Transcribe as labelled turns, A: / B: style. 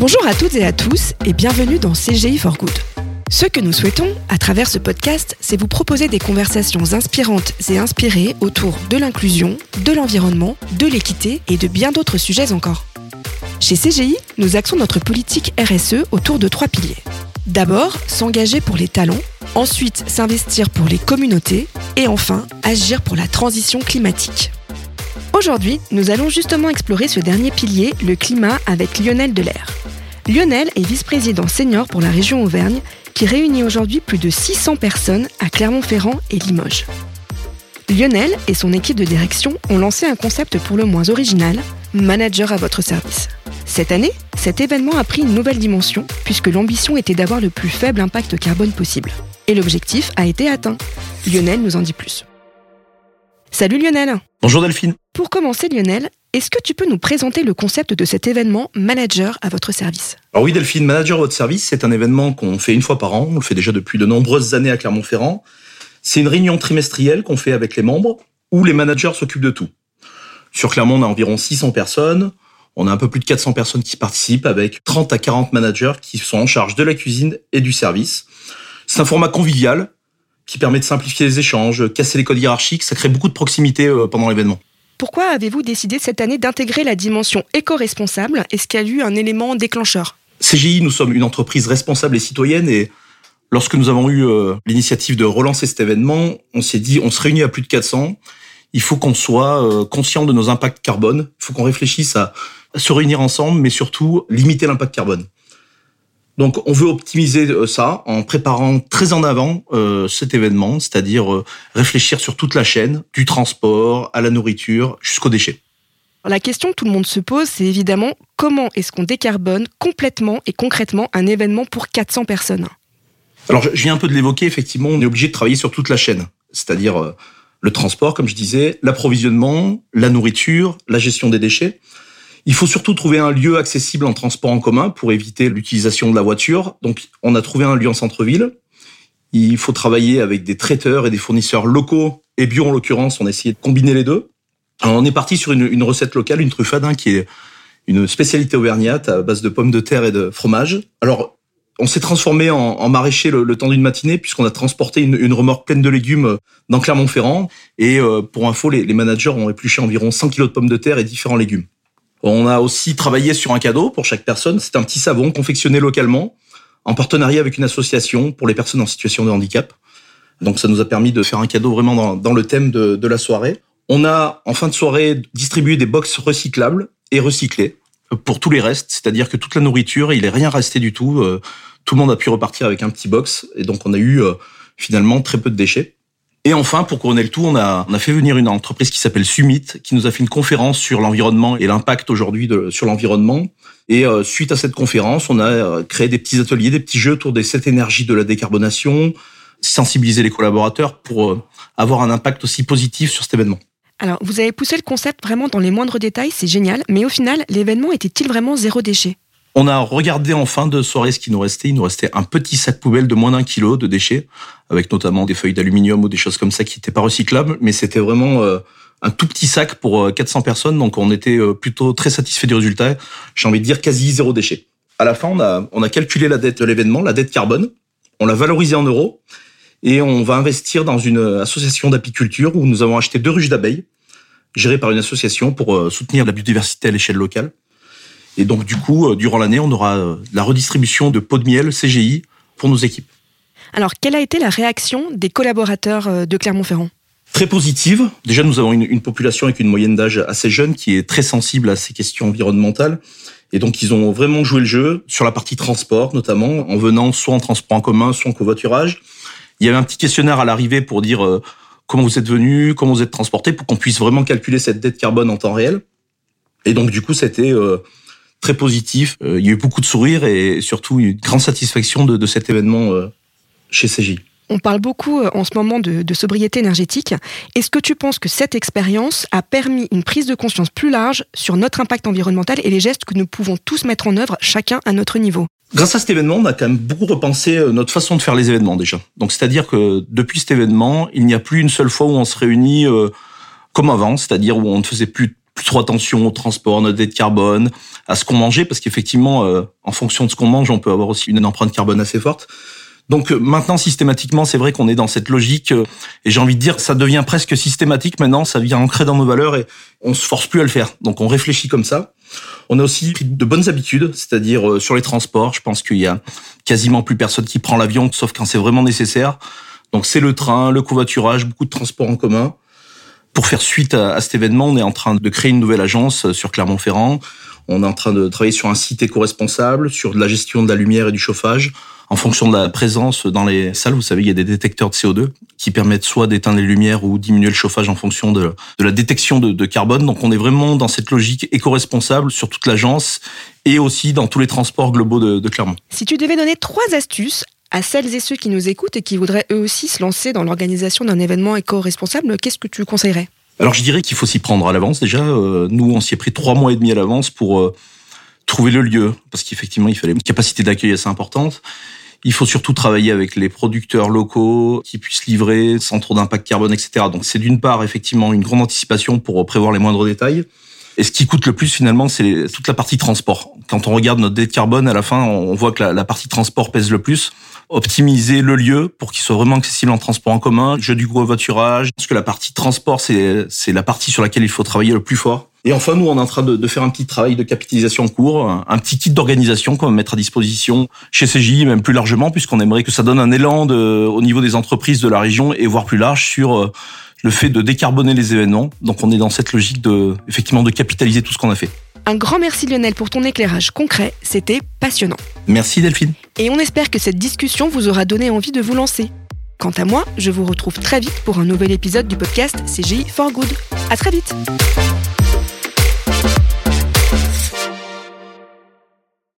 A: Bonjour à toutes et à tous et bienvenue dans CGI for Good. Ce que nous souhaitons, à travers ce podcast, c'est vous proposer des conversations inspirantes et inspirées autour de l'inclusion, de l'environnement, de l'équité et de bien d'autres sujets encore. Chez CGI, nous axons notre politique RSE autour de 3 piliers. D'abord, s'engager pour les talents, ensuite s'investir pour les communautés et enfin, agir pour la transition climatique. Aujourd'hui, nous allons justement explorer ce dernier pilier, le climat, avec Lionel Delair. Lionel est vice-président senior pour la région Auvergne, qui réunit aujourd'hui plus de 600 personnes à Clermont-Ferrand et Limoges. Lionel et son équipe de direction ont lancé un concept pour le moins original, Manager à votre service. Cette année, cet événement a pris une nouvelle dimension, puisque l'ambition était d'avoir le plus faible impact carbone possible. Et l'objectif a été atteint. Lionel nous en dit plus. Salut Lionel.
B: Bonjour Delphine.
A: Pour commencer Lionel, est-ce que tu peux nous présenter le concept de cet événement Manager à votre service ?
B: Alors oui Delphine, Manager à votre service, c'est un événement qu'on fait une fois par an. On le fait déjà depuis de nombreuses années à Clermont-Ferrand. C'est une réunion trimestrielle qu'on fait avec les membres où les managers s'occupent de tout. Sur Clermont, on a environ 600 personnes. On a un peu plus de 400 personnes qui participent avec 30 à 40 managers qui sont en charge de la cuisine et du service. C'est un format convivial qui permet de simplifier les échanges, casser les codes hiérarchiques. Ça crée beaucoup de proximité pendant l'événement.
A: Pourquoi avez-vous décidé cette année d'intégrer la dimension éco-responsable ? Est-ce qu'il y a eu un élément déclencheur ?
B: CGI, nous sommes une entreprise responsable et citoyenne et lorsque nous avons eu l'initiative de relancer cet événement, on s'est dit, on se réunit à plus de 400, il faut qu'on soit conscient de nos impacts carbone, il faut qu'on réfléchisse à se réunir ensemble, mais surtout limiter l'impact carbone. Donc on veut optimiser ça en préparant très en avant cet événement, c'est-à-dire réfléchir sur toute la chaîne, du transport à la nourriture jusqu'aux déchets.
A: La question que tout le monde se pose, c'est évidemment comment est-ce qu'on décarbone complètement et concrètement un événement pour 400 personnes ?
B: Alors je viens un peu de l'évoquer, effectivement, on est obligé de travailler sur toute la chaîne, c'est-à-dire le transport, comme je disais, l'approvisionnement, la nourriture, la gestion des déchets. Il faut surtout trouver un lieu accessible en transport en commun pour éviter l'utilisation de la voiture. Donc, on a trouvé un lieu en centre-ville. Il faut travailler avec des traiteurs et des fournisseurs locaux et bio en l'occurrence. On a essayé de combiner les deux. Alors, on est parti sur une recette locale, une truffade, qui est une spécialité auvergnate à base de pommes de terre et de fromage. Alors, on s'est transformé en maraîcher le temps d'une matinée puisqu'on a transporté une remorque pleine de légumes dans Clermont-Ferrand. Et pour info, les managers ont épluché environ 100 kilos de pommes de terre et différents légumes. On a aussi travaillé sur un cadeau pour chaque personne. C'est un petit savon confectionné localement en partenariat avec une association pour les personnes en situation de handicap. Donc ça nous a permis de faire un cadeau vraiment dans le thème de la soirée. On a en fin de soirée distribué des box recyclables et recyclés pour tous les restes, c'est-à-dire que toute la nourriture, il n'est rien resté du tout. Tout le monde a pu repartir avec un petit box et donc on a eu finalement très peu de déchets. Et enfin, pour couronner le tout, on a fait venir une entreprise qui s'appelle Summit, qui nous a fait une conférence sur l'environnement et l'impact aujourd'hui sur l'environnement. Et suite à cette conférence, on a créé des petits ateliers, des petits jeux autour des 7 énergies de la décarbonation, sensibiliser les collaborateurs pour avoir un impact aussi positif sur cet événement.
A: Alors, vous avez poussé le concept vraiment dans les moindres détails, c'est génial. Mais au final, l'événement était-il vraiment zéro déchet ?
B: On a regardé en fin de soirée ce qui nous restait. Il nous restait un petit sac poubelle de moins d'1 kilo de déchets, avec notamment des feuilles d'aluminium ou des choses comme ça qui n'étaient pas recyclables. Mais c'était vraiment un tout petit sac pour 400 personnes. Donc on était plutôt très satisfait du résultat. J'ai envie de dire quasi zéro déchet. À la fin, on a calculé la dette de l'événement, la dette carbone. On l'a valorisée en euros. Et on va investir dans une association d'apiculture où nous avons acheté 2 ruches d'abeilles, gérées par une association pour soutenir la biodiversité à l'échelle locale. Et donc, du coup, durant l'année, on aura la redistribution de pots de miel CGI pour nos équipes.
A: Alors, quelle a été la réaction des collaborateurs de Clermont-Ferrand ?
B: Très positive. Déjà, nous avons une population avec une moyenne d'âge assez jeune qui est très sensible à ces questions environnementales. Et donc, ils ont vraiment joué le jeu sur la partie transport, notamment, en venant soit en transport en commun, soit en covoiturage. Il y avait un petit questionnaire à l'arrivée pour dire comment vous êtes venus, comment vous êtes transportés, pour qu'on puisse vraiment calculer cette dette carbone en temps réel. Et donc, du coup, c'était très positif. Il y a eu beaucoup de sourires et surtout une grande satisfaction de cet événement chez CGI.
A: On parle beaucoup en ce moment de sobriété énergétique. Est-ce que tu penses que cette expérience a permis une prise de conscience plus large sur notre impact environnemental et les gestes que nous pouvons tous mettre en œuvre, chacun à notre niveau ?
B: Grâce à cet événement, on a quand même beaucoup repensé notre façon de faire les événements déjà. Donc c'est-à-dire que depuis cet événement, il n'y a plus une seule fois où on se réunit comme avant, c'est-à-dire où on ne faisait plus plus trop attention au transport, notre dette carbone, à ce qu'on mangeait, parce qu'effectivement, en fonction de ce qu'on mange, on peut avoir aussi une empreinte carbone assez forte. Donc maintenant, systématiquement, c'est vrai qu'on est dans cette logique, et j'ai envie de dire, ça devient presque systématique maintenant, ça vient ancré dans nos valeurs et on se force plus à le faire. Donc on réfléchit comme ça. On a aussi pris de bonnes habitudes, c'est-à-dire sur les transports, je pense qu'il y a quasiment plus personne qui prend l'avion, sauf quand c'est vraiment nécessaire. Donc c'est le train, le covoiturage, beaucoup de transports en commun. Pour faire suite à cet événement, on est en train de créer une nouvelle agence sur Clermont-Ferrand. On est en train de travailler sur un site éco-responsable, sur de la gestion de la lumière et du chauffage. En fonction de la présence dans les salles, vous savez, il y a des détecteurs de CO2 qui permettent soit d'éteindre les lumières ou diminuer le chauffage en fonction de la détection de carbone. Donc on est vraiment dans cette logique éco-responsable sur toute l'agence et aussi dans tous les transports globaux de Clermont.
A: Si tu devais donner 3 astuces à celles et ceux qui nous écoutent et qui voudraient eux aussi se lancer dans l'organisation d'un événement éco-responsable, qu'est-ce que tu conseillerais ?
B: Alors je dirais qu'il faut s'y prendre à l'avance déjà. Nous, on s'y est pris 3 mois et demi à l'avance pour trouver le lieu, parce qu'effectivement, il fallait une capacité d'accueil assez importante. Il faut surtout travailler avec les producteurs locaux qui puissent livrer sans trop d'impact carbone, etc. Donc c'est d'une part effectivement une grande anticipation pour prévoir les moindres détails. Et ce qui coûte le plus finalement, c'est toute la partie transport. Quand on regarde notre dette carbone, à la fin, on voit que la partie transport pèse le plus. Optimiser le lieu pour qu'il soit vraiment accessible en transport en commun, jeu du covoiturage. Parce que la partie transport, c'est la partie sur laquelle il faut travailler le plus fort. Et enfin, nous, on est en train de faire un petit travail de capitalisation en cours, un petit kit d'organisation qu'on va mettre à disposition chez CGI, même plus largement, puisqu'on aimerait que ça donne un élan au niveau des entreprises de la région et voire plus large sur le fait de décarboner les événements. Donc on est dans cette logique effectivement de capitaliser tout ce qu'on a fait.
A: Un grand merci Lionel pour ton éclairage concret, c'était passionnant.
B: Merci Delphine.
A: Et on espère que cette discussion vous aura donné envie de vous lancer. Quant à moi, je vous retrouve très vite pour un nouvel épisode du podcast CGI for Good. À très vite.